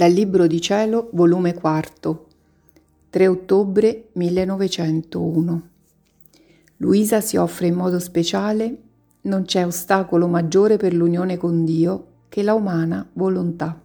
Dal Libro di Cielo, volume 4, 3 ottobre 1901. Luisa si offre in modo speciale, non c'è ostacolo maggiore per l'unione con Dio che la umana volontà.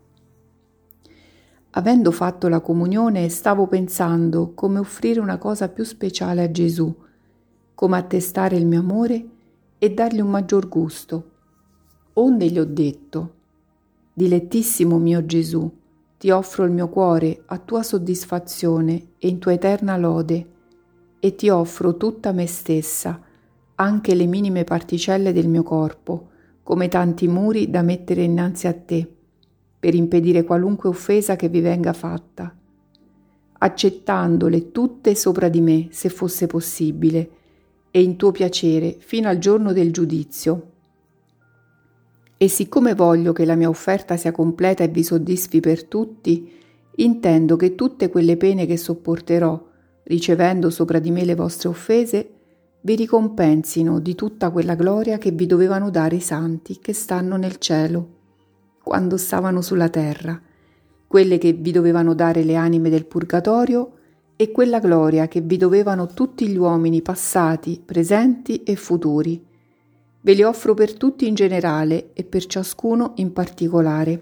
Avendo fatto la comunione, stavo pensando come offrire una cosa più speciale a Gesù, come attestare il mio amore e dargli un maggior gusto. Onde gli ho detto: dilettissimo mio Gesù, ti offro il mio cuore a tua soddisfazione e in tua eterna lode, e ti offro tutta me stessa, anche le minime particelle del mio corpo, come tanti muri da mettere innanzi a te, per impedire qualunque offesa che vi venga fatta, accettandole tutte sopra di me, se fosse possibile, e in tuo piacere fino al giorno del giudizio. E siccome voglio che la mia offerta sia completa e vi soddisfi per tutti, intendo che tutte quelle pene che sopporterò, ricevendo sopra di me le vostre offese, vi ricompensino di tutta quella gloria che vi dovevano dare i santi che stanno nel cielo, quando stavano sulla terra, quelle che vi dovevano dare le anime del purgatorio e quella gloria che vi dovevano tutti gli uomini passati, presenti e futuri. Ve li offro per tutti in generale e per ciascuno in particolare.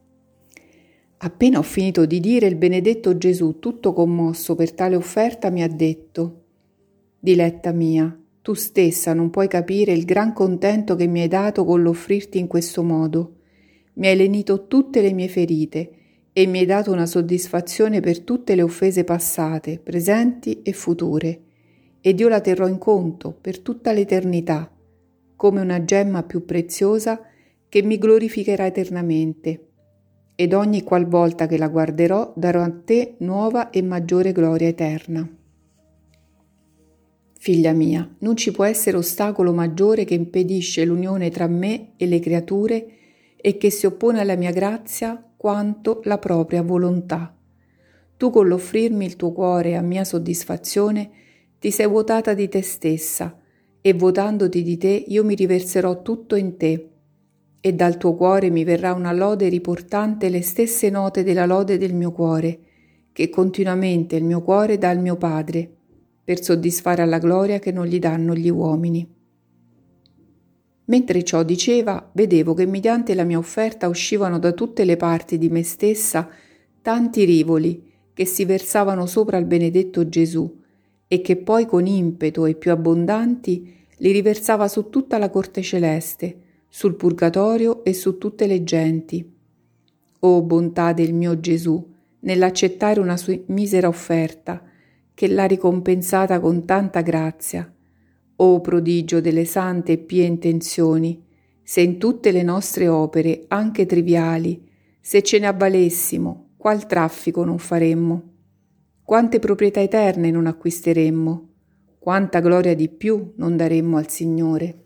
Appena ho finito di dire, il benedetto Gesù, tutto commosso per tale offerta, mi ha detto: diletta mia, tu stessa non puoi capire il gran contento che mi hai dato con l'offrirti in questo modo. Mi hai lenito tutte le mie ferite e mi hai dato una soddisfazione per tutte le offese passate, presenti e future, ed io la terrò in conto per tutta l'eternità, come una gemma più preziosa che mi glorificherà eternamente, ed ogni qualvolta che la guarderò darò a te nuova e maggiore gloria eterna. Figlia mia, non ci può essere ostacolo maggiore che impedisce l'unione tra me e le creature e che si oppone alla mia grazia quanto la propria volontà. Tu con l'offrirmi il tuo cuore a mia soddisfazione ti sei vuotata di te stessa, e vuotandoti di te io mi riverserò tutto in te, e dal tuo cuore mi verrà una lode riportante le stesse note della lode del mio cuore, che continuamente il mio cuore dà al mio Padre, per soddisfare alla gloria che non gli danno gli uomini. Mentre ciò diceva, vedevo che mediante la mia offerta uscivano da tutte le parti di me stessa tanti rivoli che si versavano sopra il benedetto Gesù, e che poi con impeto e più abbondanti li riversava su tutta la corte celeste, sul purgatorio e su tutte le genti. O bontà del mio Gesù, nell'accettare una sua misera offerta, che l'ha ricompensata con tanta grazia. O prodigio delle sante e pie intenzioni, se in tutte le nostre opere, anche triviali, se ce ne avvalessimo, qual traffico non faremmo? Quante proprietà eterne non acquisteremmo? Quanta gloria di più non daremmo al Signore?